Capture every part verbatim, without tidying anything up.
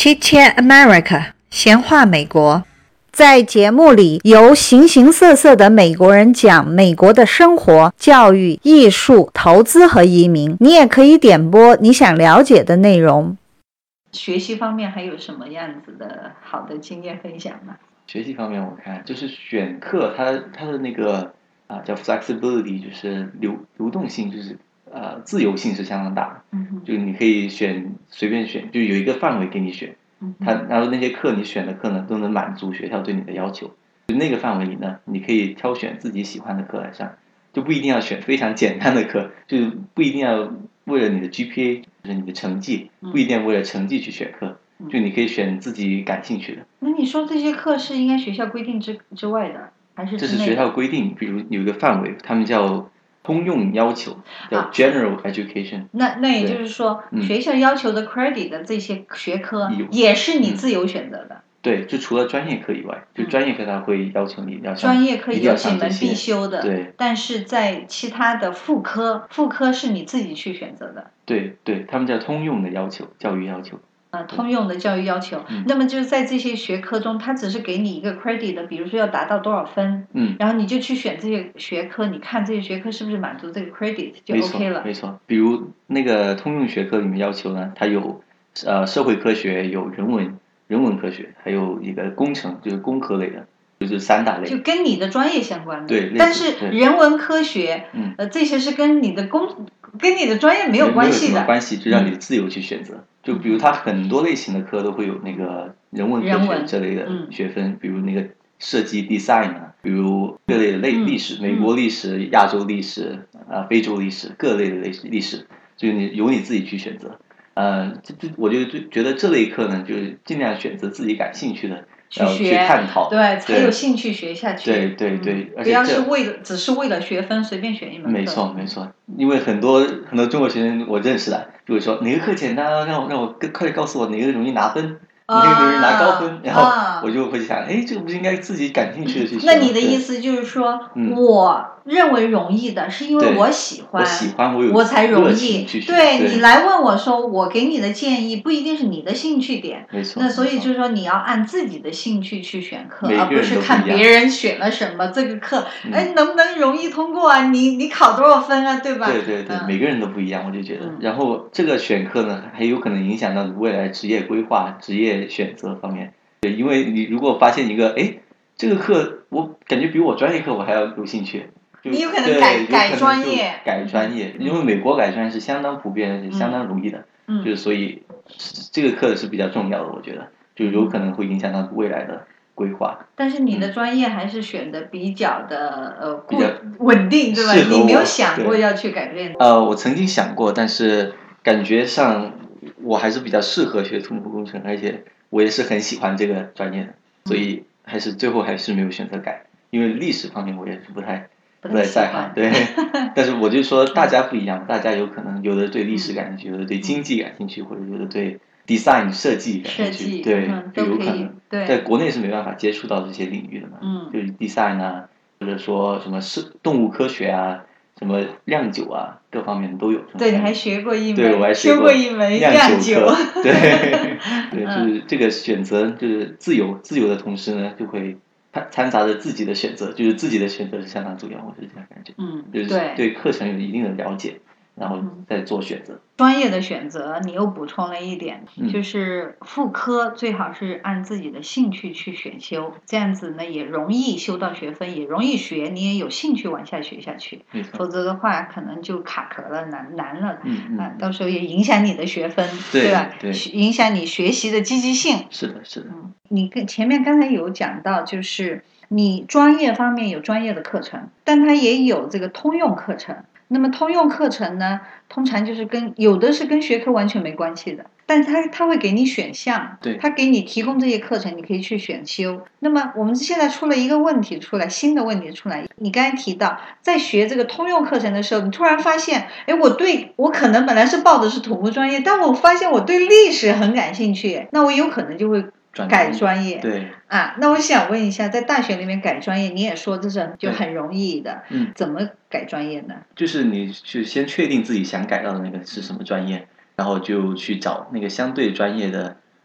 Chit Chat America 闲话美国，在节目里由形形色色的美国人讲美国的生活、教育、艺术、投资和移民。你也可以点播你想了解的内容。 学习方面还有什么样子的好的经验分享吗？ 学习方面我看就是选课它它的那个啊叫 flexibility， 就是流流动性，就是呃自由性是相当大的。 嗯， 就你可以选随便选，就有一个范围给你选。 嗯， 它然后那些课你选的课呢都能满足学校对你的要求。就那个范围里呢，你可以挑选自己喜欢的课来上，就不一定要选非常简单的课，就是不一定要为了你的 G P A， 就是你的成绩，不一定要为了成绩去选课。就你可以选自己感兴趣的。 那你说这些课是应该学校规定之之外的，还是这是学校规定，比如有一个范围，他们叫通用要求，叫 general education。 啊、那那也就是说、嗯，学校要求的 credit 的这些学科也是你自由选择的。嗯、 对，就除了专业课以外，就专业课他会要求你要上， 专业课有几门必修的，对。 但是在其他的副科，副科是你自己去选择的。 对对，他们叫通用的要求，教育要求。 呃，通用的教育要求、 嗯， 那么就是在这些学科中，它只是给你一个 credit 的，比如说要达到多少分， 嗯， 然后你就去选这些学科，你看这些学科是不是满足这个 credit 就 OK 了。 没错，没错。比如那个通用学科里面要求呢，它有呃社会科学，有人文人文科学，还有一个工程，就是工科类的，就是三大类， 就跟你的专业相关的。 对， 但是人文科学， 嗯， 呃，这些是跟你的工跟你的专业没有关系的， 没有什么关系，就让你自由去选择。嗯，就比如它很多类型的课都会有那个人文科学这类的学分， 嗯、 比如那个设计 design 啊，比如各类的类历史，嗯、美国历史、亚洲历史啊、非洲历史，各类的历史历史，就是你由你自己去选择。呃，这这我就觉得这类课呢，就是尽量选择自己感兴趣的。 去学， 去探讨， 对，才有兴趣学下去。 对对对， 嗯、不要是为了只是为了学分随便选一门课。 没错没错，因为很多很多中国学生我认识的，就会说哪个课简单，让我让我快点告诉我哪个容易拿分。你那个容易拿高分， 啊、 然后我就会想，哎，这个不是应该自己感兴趣的去学吗？ 那你的意思就是说， 嗯、 我认为容易的是因为我喜欢， 我喜欢，我有我才容易。 对, 对你来问我说，我给你的建议不一定是你的兴趣点。 没错。 那所以就是说，你要按自己的兴趣去选课， 而不是看别人选了什么这个课， 嗯、 哎，能不能容易通过啊？你你考多少分啊？对吧？ 对对对、嗯，每个人都不一样，我就觉得。 嗯、 然后这个选课呢，还有可能影响到你未来职业规划、职业选择方面。对，因为你如果发现一个，哎，这个课我感觉比我专业课我还要有兴趣， 你有可能改改专业， 改专业，因为美国改专业是相当普遍，而且相当容易的， 嗯， 就是所以这个课是比较重要的，我觉得，就有可能会影响到未来的规划。 但是你的专业还是选的比较的、嗯、呃比较稳定，对吧？你没有想过要去改变？ 呃，我曾经想过，但是感觉上我还是比较适合学土木工程，而且我也是很喜欢这个专业的，所以还是最后还是没有选择改，因为历史方面我也是不太不太在行，对。但是我就说大家不一样，大家有可能有的对历史感兴趣，有的对经济感兴趣，或者有的对 design 设计感兴趣，对， 嗯、 就有可能在国内是没办法接触到这些领域的嘛， 嗯， 就是 design 啊，或者说什么是动物科学啊。什么酿酒啊，各方面都有。 对，你还学过一门， 对，我还修过一门酿酒课。对，对，就是这个选择，就是自由，自由的同时呢，就会掺掺杂着自己的选择，就是自己的选择是相当重要，我是这样感觉。 嗯， 就是对课程有一定的了解，然后再做选择。 专业的选择，你又补充了一点， 嗯、 就是副科最好是按自己的兴趣去选修，这样子呢也容易修到学分，也容易学，你也有兴趣往下学下去。否则的话，可能就卡壳了，难难了。 嗯嗯、 啊，到时候也影响你的学分， 对, 对吧？ 对， 影响你学习的积极性。 是的，是的。 嗯，你跟前面刚才有讲到，就是你专业方面有专业的课程，但它也有这个通用课程。那么通用课程呢，通常就是跟有的是跟学科完全没关系的，但它它会给你选项， 对， 它给你提供这些课程，你可以去选修。那么我们现在出了一个问题出来，新的问题出来，你刚才提到在学这个通用课程的时候，你突然发现，哎，我对我可能本来是报的是土木专业，但我发现我对历史很感兴趣，那我有可能就会改专业。 对啊，那我想问一下，在大学里面改专业，你也说这是就很容易的， 嗯， 怎么改专业呢？ 就是你去先确定自己想改到的那个是什么专业，然后就去找那个相对专业的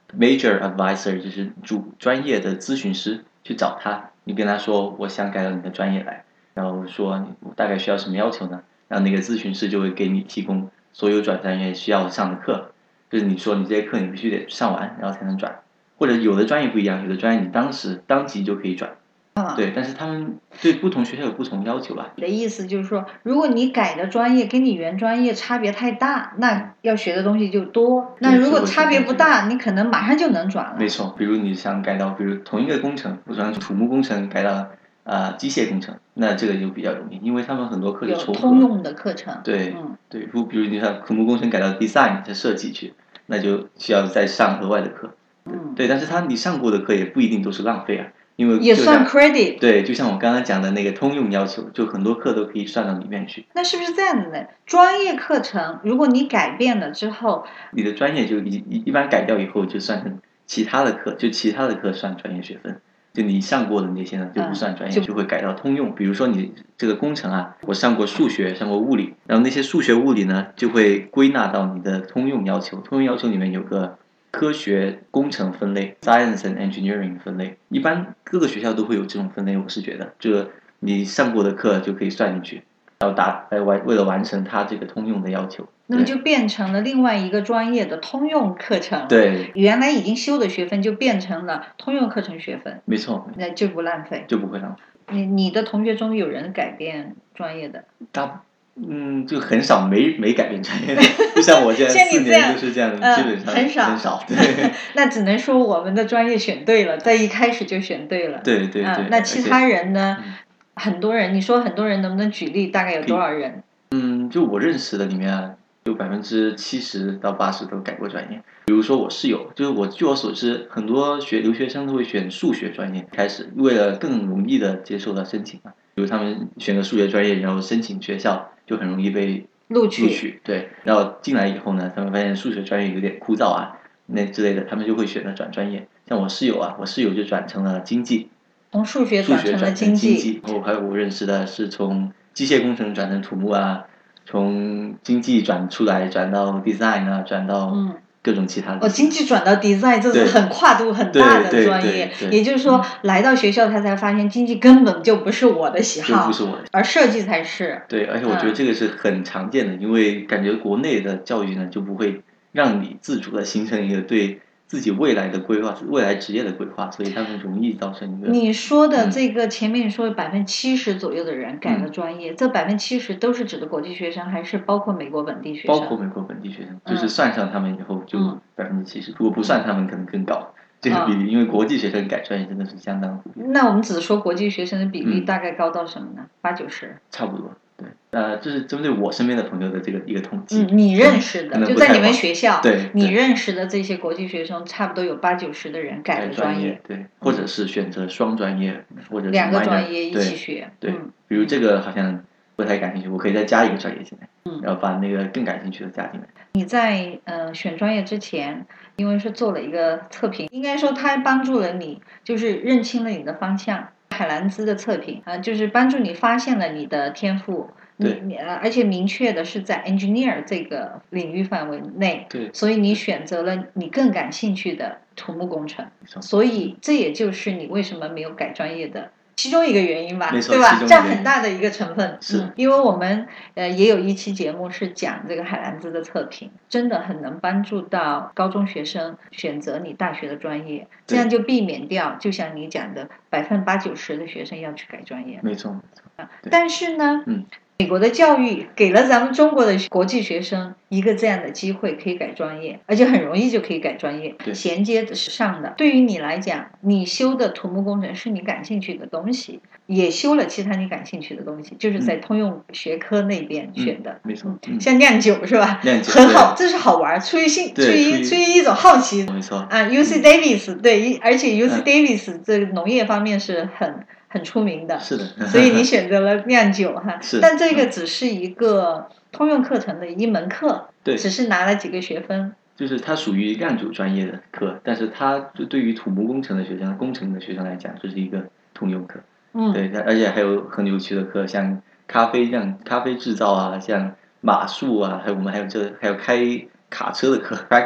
major advisor， 就是主专业的咨询师去找他，你跟他说我想改到你的专业来，然后说你大概需要什么要求呢？然后那个咨询师就会给你提供所有转专业需要上的课，就是你说你这些课你必须得上完，然后才能转，或者有的专业不一样，有的专业你当时当即就可以转。对，但是他们对不同学校有不同要求吧。 你的意思就是说，如果你改的专业跟你原专业差别太大，那要学的东西就多。那如果差别不大，你可能马上就能转了。 没错，比如你想改到，比如同一个工程，我想土木工程改到呃机械工程，那这个就比较容易，因为他们很多课是重合。 有通用的课程。 对， 嗯、 对，如比如你像土木工程改到 design 再设计去，那就需要再上额外的课。 嗯， 对，但是他你上过的课也不一定都是浪费啊。因为也算 credit。 对，就像我刚刚讲的那个通用要求，就很多课都可以算到里面去。 那是不是这样子的？专业课程如果你改变了之后， 你的专业就一一般改掉以后就算成其他的课，就其他的课算专业学分，就你上过的那些呢就不算专业， 嗯、 就会改到通用。比如说你这个工程啊，我上过数学，上过物理，然后那些数学物理呢就会归纳到你的通用要求。通用要求里面有个科学工程分类 ，Science and Engineering 分类，一般各个学校都会有这种分类。我是觉得，这你上过的课就可以算进去，然后达来完为了完成它这个通用的要求， 那么就变成了另外一个专业的通用课程。 对， 原来已经修的学分就变成了通用课程学分。 没错， 那就不浪费， 就不会浪费。 你你的同学中有人改变专业的？ 大嗯，就很少没没改变专业的，就像我现在四年就是这样的，基本上很少很少。对， 那只能说我们的专业选对了，在一开始就选对了。 对对对、 啊。那其他人呢？ 嗯、 很多人，你说很多人能不能举例？大概有多少人？ 嗯，就我认识的里面啊，有百分之七十到八十都改过专业。比如说我室友，就是我据我所知，很多学留学生都会选数学专业开始，为了更容易的接受到申请嘛。比如他们选个数学专业，然后申请学校就很容易被录取。 录取对，然后进来以后呢，他们发现数学专业有点枯燥啊，那之类的，他们就会选择转专业。像我室友啊，我室友就转成了经济， 从数学转成了经济。 然后还有我认识的是从机械工程转成土木啊，从经济转出来转到 design 啊，转到各种其他的。 哦，经济转到 design 这是很跨度很大的专业，也就是说、嗯、来到学校他才发现经济根本就不是我的喜好， 就不是我的， 而设计才是。 对，而且我觉得这个是很常见的，嗯、因为感觉国内的教育呢就不会让你自主的形成一个对自己未来的规划，未来职业的规划，所以他们容易造成一个。 你说的这个前面说百分之七十左右的人改了专业， 嗯、 这百分之七十都是指的国际学生，还是包括美国本地学生？ 包括美国本地学生，就是算上他们以后就百分之七十，如果不算他们可能更高。这个比例，因为国际学生改专业真的是相当。 那我们只说国际学生的比例大概高到什么呢？八九十？ 差不多。对，呃，这是针对我身边的朋友的这个一个统计。 嗯，你认识的，就在你们学校， 对， 你认识的这些国际学生，差不多有八九十的人改了专业，对，或者是选择双专业，或者两个专业一起学。 对，比如这个好像不太感兴趣，我可以再加一个专业进来，嗯，然后把那个更感兴趣的加进来。 你在呃选专业之前，因为是做了一个测评，应该说它帮助了你，就是认清了你的方向。海兰兹的测评啊、呃，就是帮助你发现了你的天赋， 对， 你呃，而且明确的是在 engineer 这个领域范围内， 对， 所以你选择了你更感兴趣的土木工程，所以这也就是你为什么没有改专业的其中一个原因吧，对吧？占很大的一个成分。 是、 嗯，因为我们呃也有一期节目是讲这个海兰兹的测评，真的很能帮助到高中学生选择你大学的专业，这样就避免掉就像你讲的百分之八九十的学生要去改专业。 没错，没错。 啊，但是呢， 嗯。 美国的教育给了咱们中国的国际学生一个这样的机会，可以改专业，而且很容易就可以改专业，衔接上的。对于你来讲，你修的土木工程是你感兴趣的东西，也修了其他你感兴趣的东西，就是在通用学科那边选的。 嗯、没错、 嗯，像酿酒是吧？ 酿酒很好，这是好玩，出于兴，出于出于一种好奇。 没错啊 ，U C Davis、嗯、对，而且 U C Davis 这个农业方面是很。很出名的， 是的， 所以你选择了酿酒哈， 是， 但这个只是一个通用课程的一门课， 对， 只是拿了几个学分， 就是它属于酿酒专业的课，但是它就对于土木工程的学生、工程的学生来讲，这是一个通用课， 嗯， 对，而且还有很有趣的课，像咖啡酿、咖啡制造啊，像马术啊，还有我们还有这还有开卡车的课 ，tractor。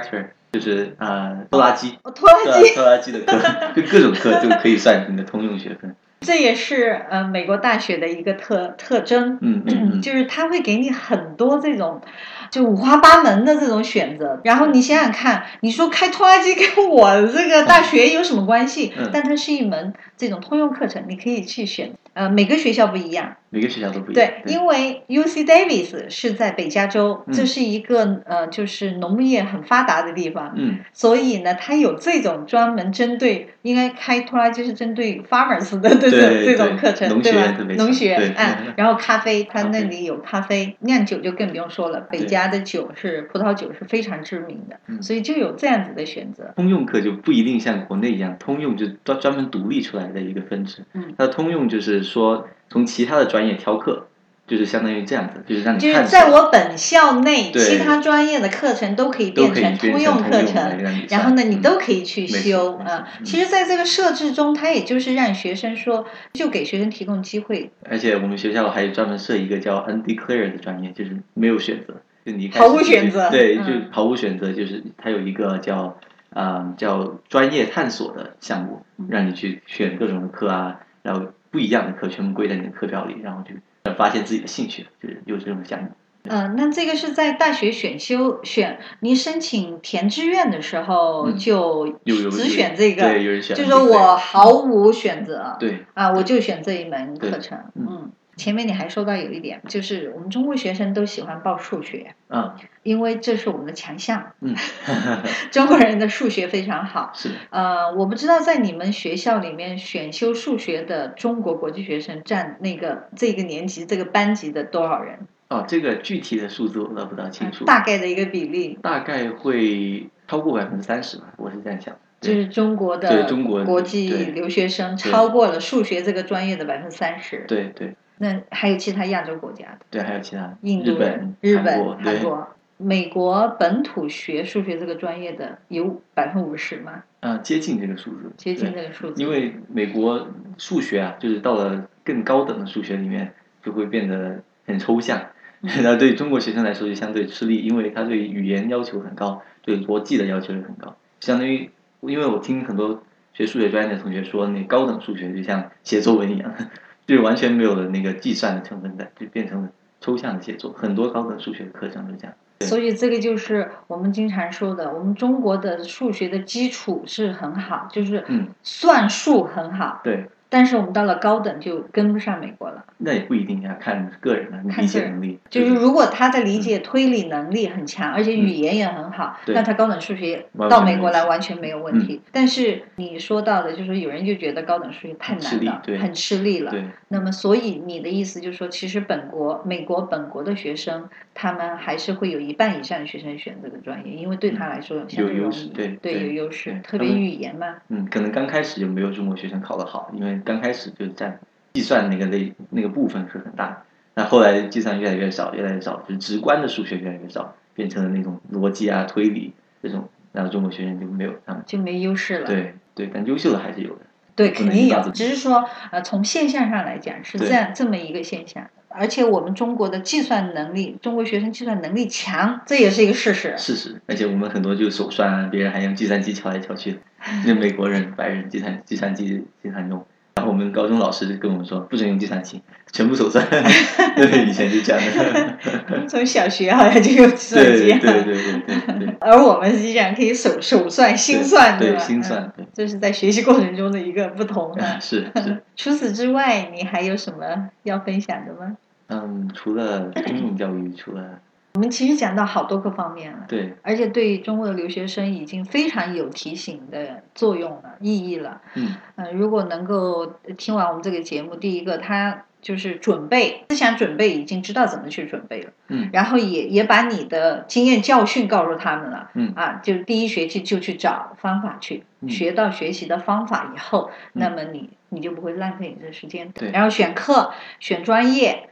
就是啊、呃、拖拉机， 哦、拖拉机， 拖拉机的课，就各种课都可以算你的通用学分。 这也是呃美国大学的一个特特征， 嗯嗯嗯， 就是它会给你很多这种就五花八门的这种选择。然后你想想看，你说开拖拉机跟我这个大学有什么关系？ 嗯、 但它是一门这种通用课程，你可以去选。呃，每个学校不一样， 每个学校都不一样。 对，对因为 U C Davis 是在北加州， 嗯、 这是一个呃，就是农业很发达的地方， 嗯， 所以呢，它有这种专门针对，应该开拖拉机是针对 farmers 的这种这种课程，对吧？农学，嗯，然后咖啡，它那里有咖啡，酿酒就更不用说了，北加的酒是葡萄酒是非常知名的， 嗯、 所以就有这样子的选择。 通用课就不一定像国内一样，通用就专专门独立出来的一个分支， 嗯， 它的通用就是说从其他的专业挑课。就是相当于这样子，就是让你就是在我本校内，其他专业的课程都可以变成通用课程，然后呢，你都可以去修啊。其实，在这个设置中，它也就是让学生说，就给学生提供机会。 而且我们学校还专门设一个叫 undeclared 的专业，就是没有选择，就你毫无选择， 对，就毫无选择，就是它有一个叫啊、呃、叫专业探索的项目，让你去选各种的课啊，然后不一样的课全部归在你的课表里，然后就。发现自己的兴趣，就是有这种项目。 嗯、呃，那这个是在大学选修选你申请填志愿的时候就只选这个， 嗯、对，有人选， 就是说我毫无选择， 对啊，我就选这一门课程， 嗯。 嗯前面你还说到有一点，就是我们中国学生都喜欢报数学， 嗯， 因为这是我们的强项。 嗯， 中国人的数学非常好。 是。 呃，我不知道在你们学校里面选修数学的中国国际学生占那个这个年级这个班级的多少人？ 哦，这个具体的数字我倒不大清楚。 嗯、大概的一个比例。 大概会超过百分之三十吧，我是这样想。 就是中国的国际留学生超过了数学这个专业的百分之三十。 对对。 那还有其他亚洲国家的？ 对，还有其他。 印度、 日本、 日本、 韩国、 韩国、美国本土学数学这个专业的有百分之五十吗？ 啊、呃，接近这个数字。 接近这个数字。 因为美国数学啊，就是到了更高等的数学里面，就会变得很抽象。然后对中国学生来说就相对吃力，因为他对语言要求很高，对逻辑的要求也很高。相当于，因为我听很多学数学专业的同学说，那高等数学就像写作文一样。就完全没有了那个计算的成分在，就变成了抽象的写作。很多高等数学的课程都这样。 所以这个就是我们经常说的，我们中国的数学的基础是很好，就是算术很好。 嗯、对。 但是我们到了高等就跟不上美国了。 那也不一定要看个人的理解能力。 就是如果他的理解推理能力很强，嗯、而且语言也很好， 嗯、 那他高等数学到美国来完全没有问题。嗯、但是你说到的，就是有人就觉得高等数学太难了，很吃力了。 对。 那么，所以你的意思就是说，其实本国美国本国的学生，他们还是会有一半以上的学生选这个专业，因为对他来说相对容易， 有优势，对对有优势，特别语言嘛。 嗯，可能刚开始就没有中国学生考得好，因为刚开始就占计算那个类那个部分是很大的，那后来计算越来越少，越来越少，就是直观的数学越来越少，变成了那种逻辑啊、推理这种，然后中国学生就没有他们就没优势了。 对对，但优秀的还是有的。 对，肯定有，只是说呃，从现象上来讲是这样这么一个现象。而且我们中国的计算能力，中国学生计算能力强，这也是一个事实。 事实，而且我们很多就手算啊，别人还用计算机敲来敲去的，那美国人、白人计算计算机经常用。然后我们高中老师就跟我们说，不准用计算器，全部手算。对，以前就这样的。 从小学好像就用计算机。 对对对对对对。 而我们实际上可以手手算、心算， 对吧？ 心算，对。 这是在学习过程中的一个不同啊。 是是。 除此之外，你还有什么要分享的吗？ 嗯，除了中用教育，除了。 我们其实讲到好多个方面了， 对， 而且对中国的留学生已经非常有提醒的作用了、意义了。 嗯， 呃，如果能够听完我们这个节目，第一个他就是准备思想准备，已经知道怎么去准备了。 嗯， 然后也也把你的经验教训告诉他们了。 嗯， 啊，就第一学期就去找方法去、嗯、学到学习的方法以后，嗯、那么你你就不会浪费你的时间。 对， 然后选课、选专业。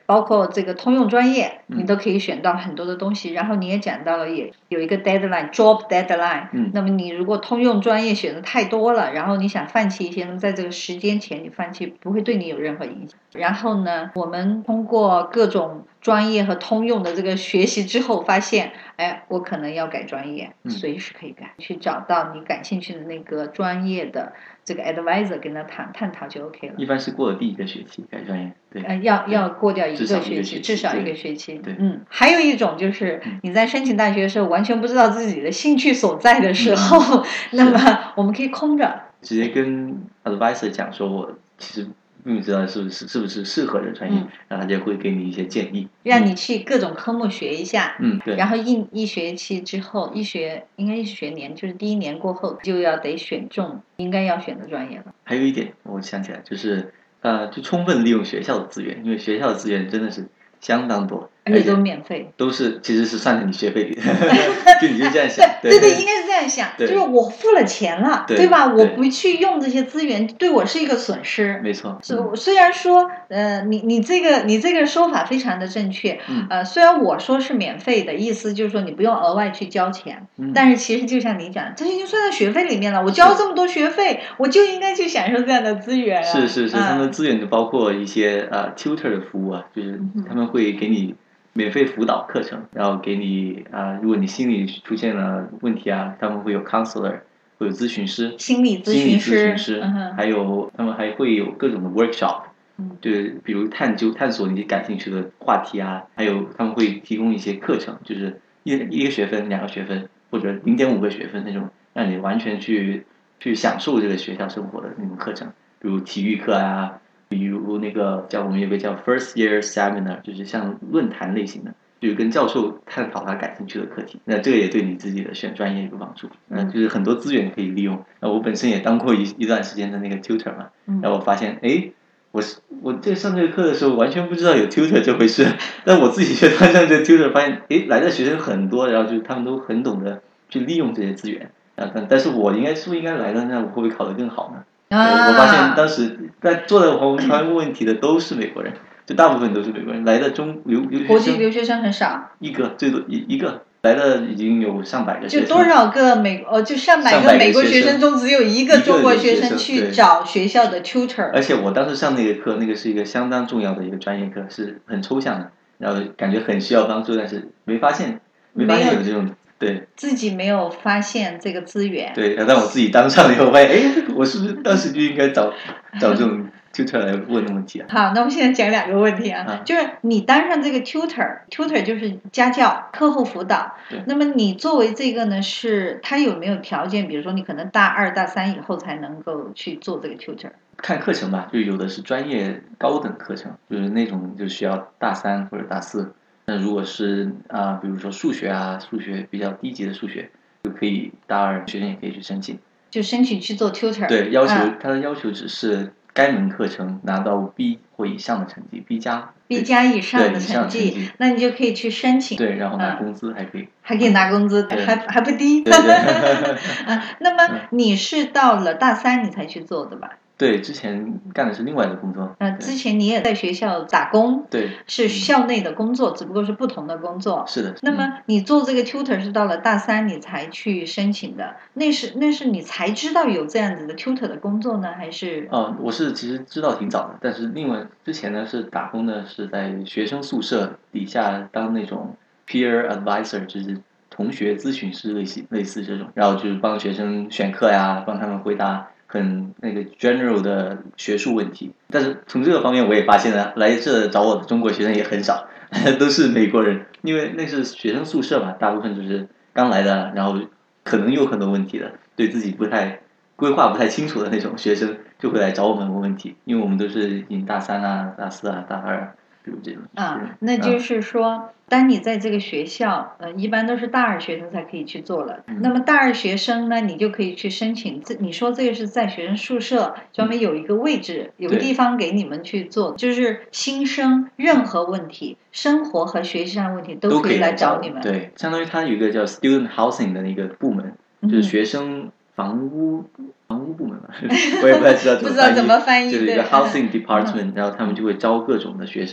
包括这个通用专业， 嗯你都可以选到很多的东西。然后你也讲到了，也有一个 deadline job deadline。 嗯那么你如果通用专业选的太多了，然后你想放弃一些，那么在这个时间前你放弃不会对你有任何影响。然后呢，我们通过各种专业和通用的这个学习之后，发现，哎，我可能要改专业， 嗯随时可以改，去找到你感兴趣的那个专业的这个 advisor 跟他谈探讨就 OK 了。 一般是过了第一个学期改专业，对， 呃，要对要过掉一至少个学期， 一个学期至少一对个学期。 对嗯，还有一种就是嗯你在申请大学的时候完全不知道自己的兴趣所在的时候，那么我们可以空着。 直接跟 advisor 讲说，我其实并不知道是不是是不是适合的专业， 嗯然后他就会给你一些建议， 让你去各种科目学一下， 嗯对， 然后一一学期之后，一学应该一学年，就是第一年过后就要得选中应该要选的专业了。 还有一点我想起来就是呃，就充分利用学校的资源，因为学校的资源真的是相当多， 而且都免费， 都是其实是算在你学费里的，就你就这样想， 对对对，应该是这样想， 对就是我付了钱了， 对对吧？ 对我不去用这些资源，对我是一个损失。 没错， 是嗯虽然说，呃，你你这个你这个说法非常的正确， 嗯呃，虽然我说是免费的，意思就是说你不用额外去交钱， 嗯但是其实就像你讲，这已经算在学费里面了。我交这么多学费，我就应该去享受这样的资源啊。 是是是， 嗯他们的资源就包括一些呃 tutor 的服务啊，就是他们会给你免费辅导课程，然后给你啊、呃，如果你心理出现了问题啊，他们会有 counselor， 会有咨询师， 心理咨心理咨询师， 询师， 嗯哼还有他们还会有各种的 workshop， 嗯就是比如探究探索你感兴趣的话题啊，还有他们会提供一些课程，就是一一个学分、两个学分或者零点五个学分那种，让你完全去去享受这个学校生活的那种课程，比如体育课啊。比如那个叫我们有个叫 first year seminar， 就是像论坛类型的，就是跟教授探讨他感兴趣的课题。那这个也对你自己的选专业有帮助。那就是很多资源可以利用。那我本身也当过一一段时间的那个 tutor 嘛，然后我发现，哎，我是我在上这个课的时候完全不知道有 tutor 这回事，但我自己却当上这个 tutor， 发现，哎，来的学生很多，然后就是他们都很懂得去利用这些资源。啊，但但是我应该是不是应该来的？那我会不会考得更好呢？ 啊， 我发现当时在坐在我们旁边问问题的都是美国人，就大部分都是美国人，来的中留留学生国际留学生很少， 一个最多一一个来的已经有上百个学生， 就多少个美哦，就上百个美国学生中只有一个中国学生去找学校的 tutor。 而且我当时上那个课，那个是一个相当重要的一个专业课，是很抽象的，然后感觉很需要帮助，但是没发现没发现有这种。对， 自己没有发现这个资源。 对，然后我自己当上了以后，发现，哎，我是不是当时就应该找找这种 tutor 来问问题啊？ 好，那我们现在讲两个问题啊， 啊就是你当上这个 tutor，tutor 就是家教、课后辅导。那么你作为这个呢，是他有没有条件？比如说你可能大二、大三以后才能够去做这个 tutor。 看课程吧，就有的是专业高等课程，就是那种就需要大三或者大四。那如果是啊、呃，比如说数学啊，数学比较低级的数学，就可以大二学生也可以去申请， 就申请去做 tutor。 对，要求、 啊、 他的要求只是该门课程拿到 B 或以上的成绩 ，B 加 B 加以上的成绩， 成绩那你就可以去申请。 对，然后拿工资还可以， 啊、还可以拿工资，还还不低。 对对啊，那么你是到了大三你才去做的吧？ 对，之前干的是另外的工作。 呃，之前你也在学校打工， 对， 是校内的工作，只不过是不同的工作。 是的。 那么你做这个 tutor 是到了大三你才去申请的，那是那是你才知道有这样子的 tutor 的工作呢，还是？ 哦，我是其实知道挺早的，但是另外之前呢是打工的是在学生宿舍底下当那种 peer advisor， 就是同学咨询师类似类似这种，然后就是帮学生选课呀，帮他们回答很那个 general 的学术问题。但是从这个方面我也发现了，来这找我的中国学生也很少，都是美国人，因为那是学生宿舍嘛，大部分就是刚来的，然后可能有很多问题的，对自己不太规划不太清楚的那种学生就会来找我们问问题，因为我们都是已经大三啊、大四啊、大二，比如这种。 啊，那就是说，嗯、当你在这个学校，呃，一般都是大二学生才可以去做了。 嗯、 那么大二学生呢，你就可以去申请。这你说这个是在学生宿舍专门有一个位置，嗯、有个地方给你们去做，就是新生任何问题，生活和学习上的问题都可以来找你们。 对，相当于它有一个叫 student housing 的那个部门，就是学生房屋。房屋部门吧，我也不太知道怎么翻译， 不知道怎么翻译， 就是一个 housing department，、嗯、然后他们就会招各种的学生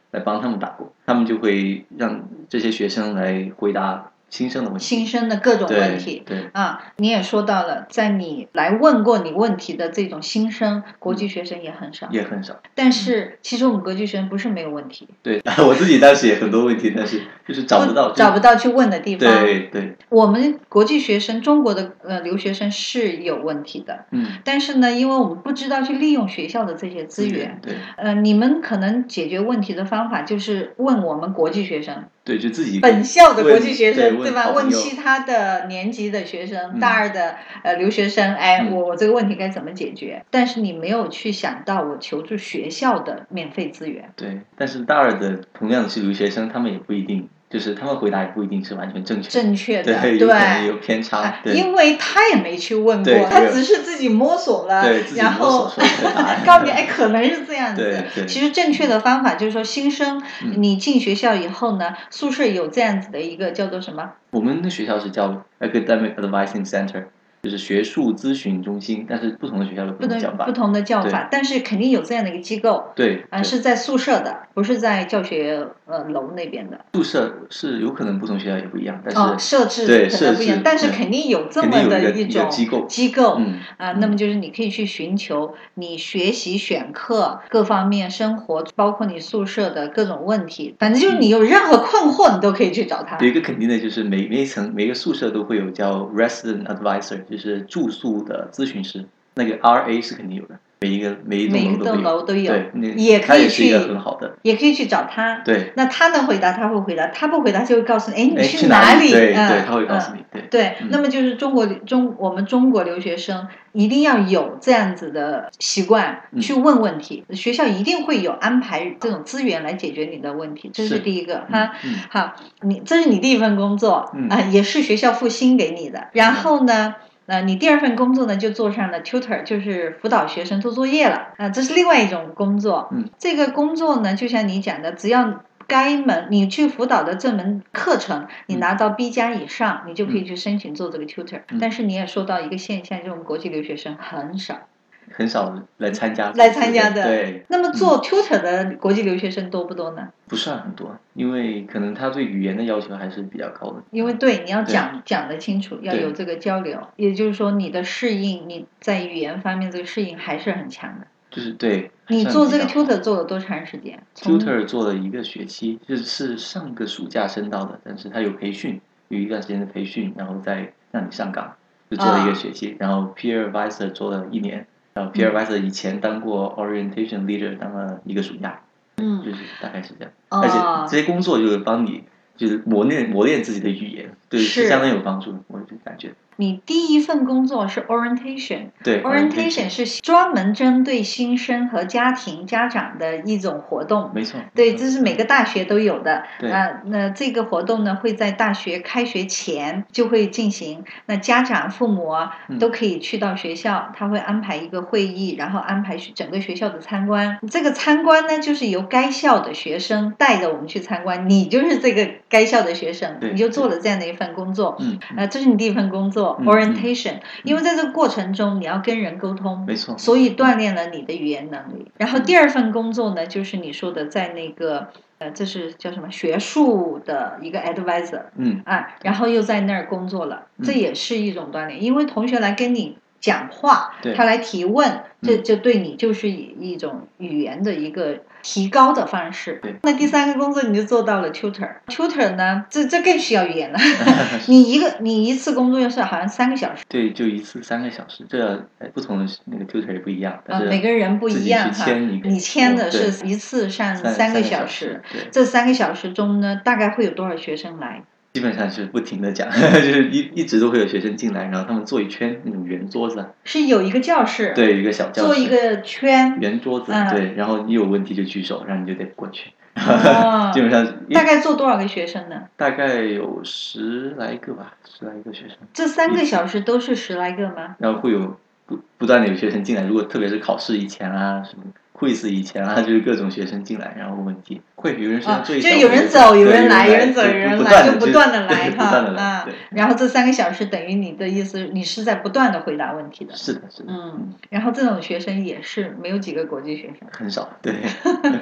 来帮他们打过，他们就会让这些学生来回答新生的问题， 新生的各种问题。 对对啊，你也说到了，在你来问过你问题的这种新生，国际学生也很少， 也很少。 但是其实我们国际学生不是没有问题， 对，我自己当时也很多问题，但是就是找不到， 找不到去问的地方。 对对， 我们国际学生，中国的呃留学生是有问题的， 嗯， 但是呢，因为我们不知道去利用学校的这些资源， 对， 呃，你们可能解决问题的方法就是问我们国际学生。 对，就自己本校的国际学生对, 对吧？ 问问其他的年级的学生， 嗯、 大二的呃留学生，哎， 嗯、 我我这个问题该怎么解决？但是你没有去想到我求助学校的免费资源。 对，但是大二的同样是留学生，他们也不一定。就是他们回答也不一定是完全正确正确的， 对，有可能有偏差， 啊、 对， 因为他也没去问过，他只是自己摸索了， 对，自己然后告诉你，哎，可能是这样子。 对对， 其实正确的方法就是说，新生、嗯、你进学校以后呢，宿舍有这样子的一个叫做什么？ 我们的学校是叫 Academic Advising Center。就是学术咨询中心，但是不同的学校有不同的叫法， 不同的叫法，但是肯定有这样的一个机构， 对， 啊、呃，是在宿舍的，不是在教学呃楼那边的。 宿舍是有可能不同学校也不一样，但是、 哦、设置对可能不一样，但是肯定有这么的一种机构， 机构嗯啊、呃，那么就是你可以去寻求你学习选课各方面生活，包括你宿舍的各种问题，反正就是你有任何困惑，你都可以去找他。 有一个肯定的就是每每一层每个宿舍都会有叫 Resident Advisor， 就是住宿的咨询师，那个 R A 是肯定有的，每一个每一栋楼都有， 对， 也可以去， 也是一个很好的， 也可以去找他。 对， 那他能回答，他会回答；他不回答，就会告诉你，哎，你去哪里？ 对、 嗯、 对，他会告诉你。 对对、 嗯，那么就是中国中我们中国留学生一定要有这样子的习惯，去问问题、嗯。学校一定会有安排这种资源来解决你的问题，这是第一个哈、 嗯。 好，你这是你第一份工作啊、 嗯呃，也是学校付薪给你的。然后呢？呃，你第二份工作呢，就做上了 tutor， 就是辅导学生做作业了啊、呃，这是另外一种工作。 嗯， 这个工作呢，就像你讲的，只要该门你去辅导的这门课程，你拿到 B 加以上，你就可以去申请做这个 tutor、嗯。但是你也说到一个现象，这种国际留学生很少。 很少来参加来参加的， 对。 那么做 tutor 的国际留学生多不多呢？ 不算很多，因为可能他对语言的要求还是比较高的。 因为对你要讲讲得清楚，要有这个交流，也就是说你的适应，你在语言方面这个适应还是很强的。 就是对。 你做这个 tutor 做了多长时间 ？tutor 做了一个学期，就是上个暑假升到的，但是他有培训，有一段时间的培训，然后再让你上岗，就做了一个学期。啊、然后 peer advisor 做了一年。然后 peer advisor 以前当过 orientation leader， 当了一个暑假，嗯，就是大概是这样。 哦、 而且这些工作就是帮你，就是磨练磨练自己的语言，对，是相当有帮助，我就感觉。 你第一份工作是 orientation， 对 ，orientation 是专门针对新生和家庭家长的一种活动， 没错， 对，这是每个大学都有的。 对啊、呃，那这个活动呢会在大学开学前就会进行，那家长父母啊都可以去到学校，嗯、他会安排一个会议，然后安排整个学校的参观。这个参观呢就是由该校的学生带着我们去参观，你就是这个该校的学生，你就做了这样的一份工作。 嗯， 呃，这是你第一份工作。orientation，、嗯、因为在这个过程中你要跟人沟通， 没错， 所以锻炼了你的语言能力。然后第二份工作呢，就是你说的在那个呃，这是叫什么学术的一个 advisor， 嗯啊，然后又在那儿工作了，这也是一种锻炼，因为同学来跟你讲话，他来提问，这就对你就是一种语言的一个提高的方式。那第三个工作你就做到了 tutor，tutor 呢，这这更需要语言了。你一个你一次工作要是好像三个小时。 对，就一次三个小时，这不同的那个 tutor 也不一样，但是、 呃、每个人不一样哈。你签的是一次上三个小时，这三个小时中呢，大概会有多少学生来？ 基本上是不停的讲，就是一一直都会有学生进来，然后他们坐一圈那种圆桌子， 是有一个教室， 对，一个小教室， 坐一个圈圆桌子，嗯、对，然后你有问题就举手，然后你就得过去。 哦、 基本上大概坐多少个学生呢？ 大概有十来个吧，十来个学生。 这三个小时都是十来个吗？ 然后会有不不断的有学生进来，如果特别是考试以前啊什么。quiz 以前啊，就是各种学生进来，然后问问题，会有人说最、 啊、就有人走，有人来，有人走，有人来，就不断的来哈啊。然后这三个小时等于你的意思，你是在不断的回答问题的。 是的，是的。 嗯，然后这种学生也是没有几个国际学生， 很少，对。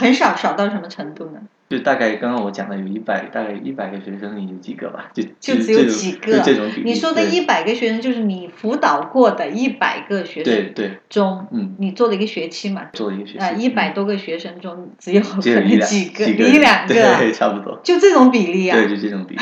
很少，少到什么程度呢？ 就大概刚刚我讲的有一百，大概一百个学生里有几个吧，就就只有几个。 这种比例。 你说的一百个学生，就是你辅导过的一百个学生中， 嗯， 你做了一个学期嘛？ 做了一个学期啊，一百多个学生中只有可能几个， 一一两个， 对，差不多， 就这种比例啊。 对，就这种比例。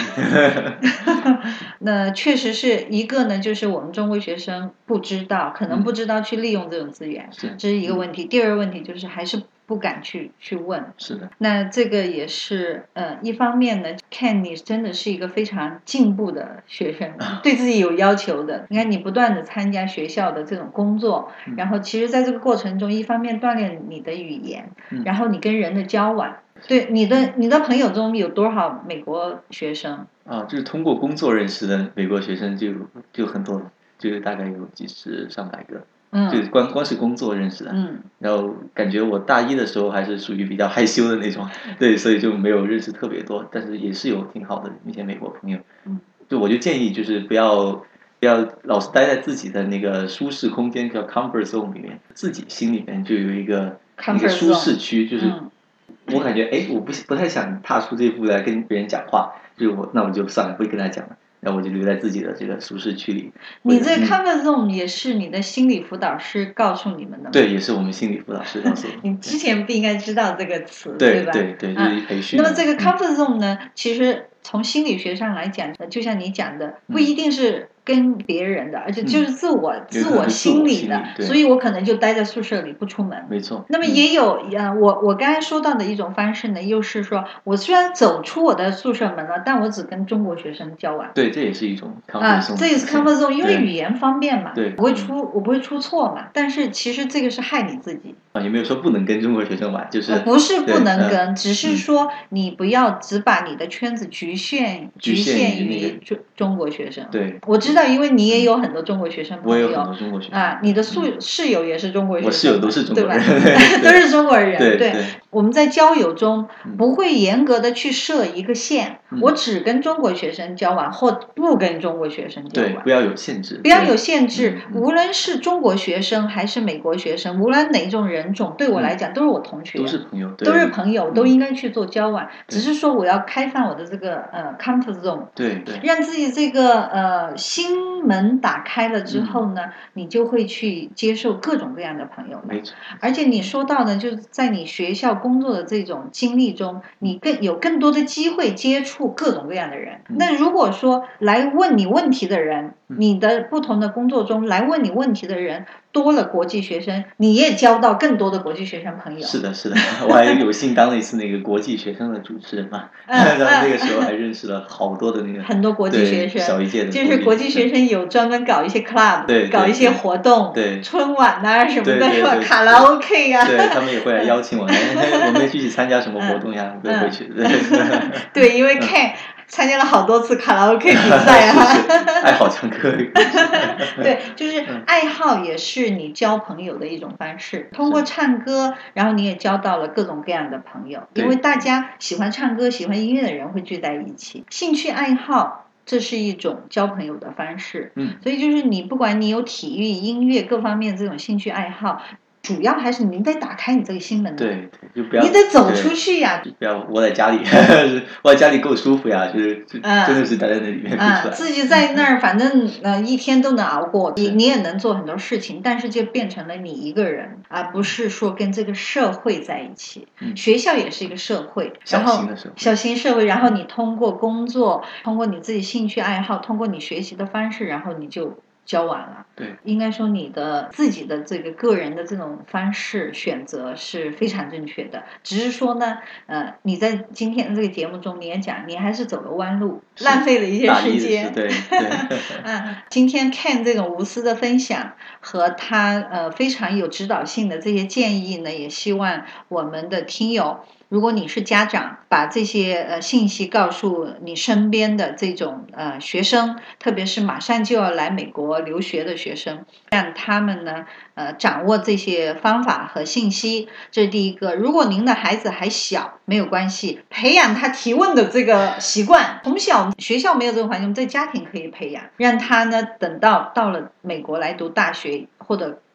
那确实是一个呢，就是我们中国学生不知道，可能不知道去利用这种资源， 是这是一个问题。第二个问题就是还是不敢去去问。 是的。 那这个也是呃，一方面呢 ，Ken 你真的是一个非常进步的学生，对自己有要求的。你看你不断的参加学校的这种工作， 嗯、 然后其实在这个过程中，一方面锻炼你的语言， 嗯、 然后你跟人的交往。对你的你的朋友中有多少美国学生啊？就是通过工作认识的美国学生就就很多，就大概有几十上百个。 嗯， 就光光是工作认识的。 嗯， 然后感觉我大一的时候还是属于比较害羞的那种，对，所以就没有认识特别多，但是也是有挺好的一些美国朋友。 嗯， 就我就建议就是不要不要老是待在自己的那个舒适空间，叫 comfort zone 里面，自己心里面就有一个一个舒适区，就是。嗯，我感觉哎，我不不太想踏出这一步来跟别人讲话，就我那我就算了，不会跟他讲了，然后我就留在自己的这个舒适区里。 你这 comfort zone 也是你的心理辅导师告诉你们的吗？ 对，也是我们心理辅导师告诉我们。 你之前不应该知道这个词， 对吧？ 对对，就是培训。 那么这个 comfort zone 呢，嗯、其实从心理学上来讲，就像你讲的，不一定是跟别人的，而且就是自我、 嗯、 自我心理的，所以我可能就待在宿舍里不出门。 没错。 那么也有呃，我我刚才说到的一种方式呢，又是说我虽然走出我的宿舍门了，但我只跟中国学生交往。 对，这也是一种 comfort zone。 啊，这也是 comfort zone， 因为语言方便嘛， 对， 不会出、嗯、我不会出错嘛。但是其实这个是害你自己。 啊，也没有说不能跟中国学生玩，就是、 呃、不是不能跟、 嗯， 只是说你不要只把你的圈子局限局限于中中国学生。 对， 我知道，因为你也有很多中国学生朋友， 我有很多中国学生啊，你的宿、嗯、室友也是中国学生， 我室友都是中国人， 对吧？都是中国人。 对对, 对， 我们在交友中不会严格的去设一个线，嗯、我只跟中国学生交往，或不跟中国学生交往。 对，不要有限制， 不要有限制。 嗯、 无论是中国学生还是美国学生，无论哪种人种，对我来讲、嗯、都是我同学， 都是朋友， 都是朋友，都应该去做交往。 嗯、 只是说我要开放我的这个呃 comfort zone， 对对， 让自己这个呃心门打开了之后呢、嗯，你就会去接受各种各样的朋友。 没错。 而且你说到的，就是在你学校工作的这种经历中，你更有更多的机会接触各种各样的人。 嗯、 那如果说来问你问题的人，你的不同的工作中来问你问题的人多了，国际学生你也交到更多的国际学生朋友。 是的，是的，我还有幸当了一次那个国际学生的主持人嘛， 嗯、 然后那个时候还认识了好多的那个很多国际学生， 小一届的， 就是国际学生有专门搞一些 club， 对， 搞一些活动， 对， 春晚啊什么的， 对对对， 卡拉 OK 啊， 对他们也会来邀请我，我们一起参加什么活动呀， 嗯、 会去。对, 对，因为看。参加了好多次卡拉 OK 比赛啊， 是是爱好唱歌。 对，就是爱好也是你交朋友的一种方式。通过唱歌，然后你也交到了各种各样的朋友，因为大家喜欢唱歌、喜欢音乐的人会聚在一起，兴趣爱好。这是一种交朋友的方式， 嗯， 所以就是你不管你有体育、音乐各方面这种兴趣爱好。主要还是你得打开你这个心门， 对对，就不要你得走出去呀， 不要窝在家里，窝在家里够舒服呀，就是就、嗯、真的是待在那里面不出来、 嗯，自己在那儿，反正呃一天都能熬过，你你也能做很多事情，但是就变成了你一个人，而不是说跟这个社会在一起。 嗯、 学校也是一个社会，然后小型的社会， 小型社会，然后你通过工作，通过你自己兴趣爱好，通过你学习的方式，然后你就。交往了， 对， 应该说你的自己的这个个人的这种方式选择是非常正确的，只是说呢，呃，你在今天的这个节目中你也讲，你还是走了弯路，浪费了一些时间， 对对， 嗯，今天看这种无私的分享和他呃非常有指导性的这些建议呢，也希望我们的听友。如果你是家长，把这些呃信息告诉你身边的这种呃学生，特别是马上就要来美国留学的学生，让他们呢呃掌握这些方法和信息，这是第一个。如果您的孩子还小，没有关系，培养他提问的这个习惯，从小学校没有这个环境，在家庭可以培养，让他呢等到到了美国来读大学或者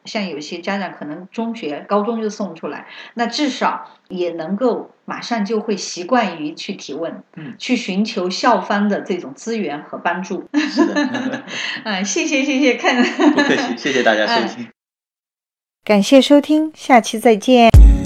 像有些家长可能中学、高中就送出来，那至少也能够马上就会习惯于去提问， 嗯， 去寻求校方的这种资源和帮助。 是的， 嗯，谢谢谢谢，看不客气，谢谢大家收听。 感谢收听，下期再见。